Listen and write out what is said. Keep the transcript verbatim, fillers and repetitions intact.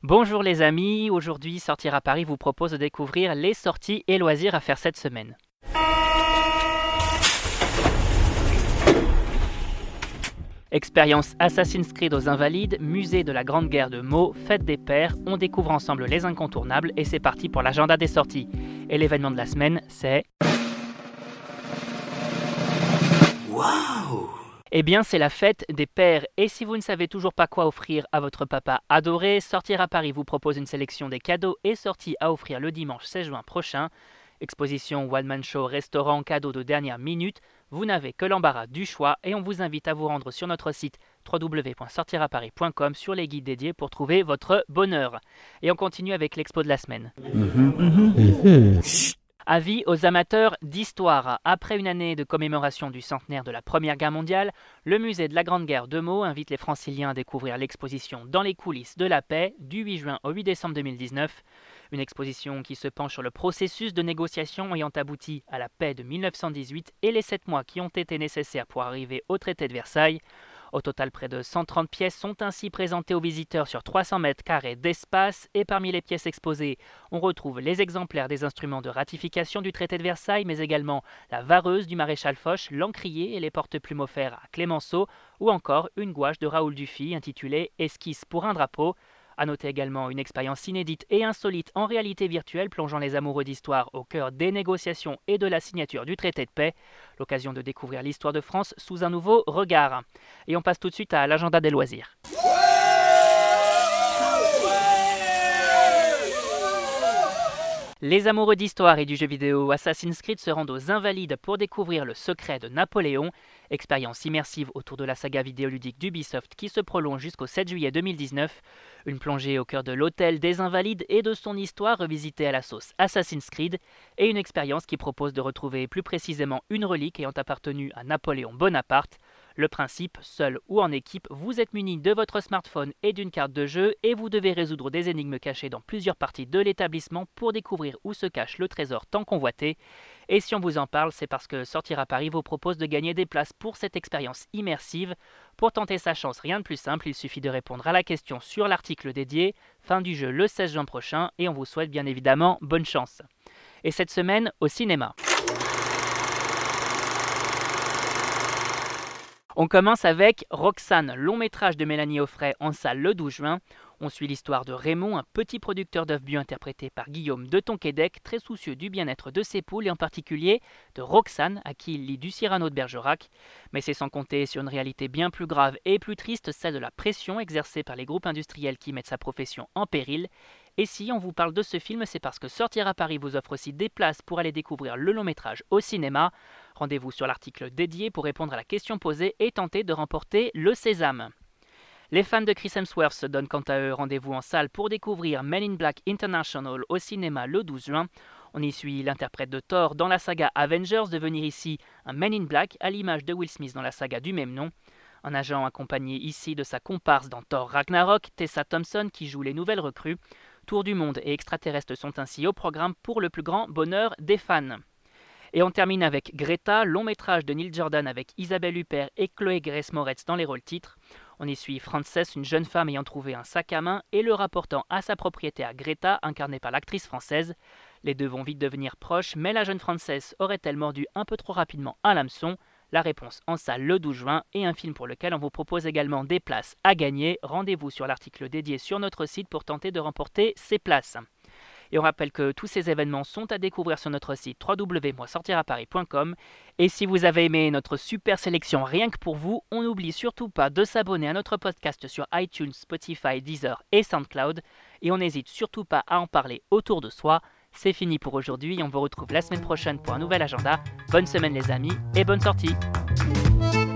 Bonjour les amis, aujourd'hui Sortir à Paris vous propose de découvrir les sorties et loisirs à faire cette semaine. Expérience Assassin's Creed aux Invalides, musée de la Grande Guerre de Meaux, fête des pères, on découvre ensemble les incontournables et c'est parti pour l'agenda des sorties. Et l'événement de la semaine, c'est... Waouh! Eh bien, c'est la fête des pères. Et si vous ne savez toujours pas quoi offrir à votre papa adoré, Sortir à Paris vous propose une sélection des cadeaux et sorties à offrir le dimanche seize juin prochain. Exposition, one-man show, restaurant, cadeaux de dernière minute. Vous n'avez que l'embarras du choix et on vous invite à vous rendre sur notre site w w w point sortir à paris point com sur les guides dédiés pour trouver votre bonheur. Et on continue avec l'expo de la semaine. Avis aux amateurs d'histoire. Après une année de commémoration du centenaire de la Première Guerre mondiale, le musée de la Grande Guerre de Meaux invite les Franciliens à découvrir l'exposition Dans les coulisses de la paix du huit juin au huit décembre deux mille dix-neuf. Une exposition qui se penche sur le processus de négociation ayant abouti à la paix de mille neuf cent dix-huit et les sept mois qui ont été nécessaires pour arriver au traité de Versailles. Au total, près de cent trente pièces sont ainsi présentées aux visiteurs sur trois cents mètres carrés d'espace et parmi les pièces exposées, on retrouve les exemplaires des instruments de ratification du traité de Versailles, mais également la vareuse du maréchal Foch, l'encrier et les porte-plumes offerts à Clémenceau ou encore une gouache de Raoul Dufy intitulée « Esquisse pour un drapeau ». A noter également une expérience inédite et insolite en réalité virtuelle plongeant les amoureux d'histoire au cœur des négociations et de la signature du traité de paix. L'occasion de découvrir l'histoire de France sous un nouveau regard. Et on passe tout de suite à l'agenda des loisirs. Les amoureux d'histoire et du jeu vidéo Assassin's Creed se rendent aux Invalides pour découvrir le secret de Napoléon, expérience immersive autour de la saga vidéoludique d'Ubisoft qui se prolonge jusqu'au sept juillet deux mille dix-neuf. Une plongée au cœur de l'hôtel des Invalides et de son histoire revisitée à la sauce Assassin's Creed, et une expérience qui propose de retrouver plus précisément une relique ayant appartenu à Napoléon Bonaparte. Le principe, seul ou en équipe, vous êtes muni de votre smartphone et d'une carte de jeu et vous devez résoudre des énigmes cachées dans plusieurs parties de l'établissement pour découvrir où se cache le trésor tant convoité. Et si on vous en parle, c'est parce que Sortir à Paris vous propose de gagner des places pour cette expérience immersive. Pour tenter sa chance, rien de plus simple, il suffit de répondre à la question sur l'article dédié. Fin du jeu le seize juin prochain et on vous souhaite bien évidemment bonne chance. Et cette semaine, au cinéma. On commence avec Roxane, long métrage de Mélanie Offray en salle le douze juin. On suit l'histoire de Raymond, un petit producteur d'œufs bio interprété par Guillaume de Tonquédec, très soucieux du bien-être de ses poules et en particulier de Roxane, à qui il lit du Cyrano de Bergerac. Mais c'est sans compter sur une réalité bien plus grave et plus triste, celle de la pression exercée par les groupes industriels qui mettent sa profession en péril. Et si on vous parle de ce film, c'est parce que Sortir à Paris vous offre aussi des places pour aller découvrir le long métrage au cinéma. Rendez-vous sur l'article dédié pour répondre à la question posée et tenter de remporter le sésame. Les fans de Chris Hemsworth se donnent quant à eux rendez-vous en salle pour découvrir Men in Black International au cinéma le douze juin. On y suit l'interprète de Thor dans la saga Avengers devenir ici un Men in Black à l'image de Will Smith dans la saga du même nom. Un agent accompagné ici de sa comparse dans Thor Ragnarok, Tessa Thompson qui joue les nouvelles recrues. Tour du monde et extraterrestres sont ainsi au programme pour le plus grand bonheur des fans. Et on termine avec Greta, long métrage de Neil Jordan avec Isabelle Huppert et Chloé Grace Moretz dans les rôles titres. On y suit Frances, une jeune femme ayant trouvé un sac à main et le rapportant à sa propriétaire Greta, incarnée par l'actrice française. Les deux vont vite devenir proches, mais la jeune Frances aurait-elle mordu un peu trop rapidement à l'hameçon ? La réponse en salle le douze juin et un film pour lequel on vous propose également des places à gagner. Rendez-vous sur l'article dédié sur notre site pour tenter de remporter ces places. Et on rappelle que tous ces événements sont à découvrir sur notre site w w w point sortir à paris point com. Et si vous avez aimé notre super sélection rien que pour vous, on n'oublie surtout pas de s'abonner à notre podcast sur iTunes, Spotify, Deezer et SoundCloud. Et on n'hésite surtout pas à en parler autour de soi. C'est fini pour aujourd'hui, on vous retrouve la semaine prochaine pour un nouvel agenda. Bonne semaine les amis et bonne sortie.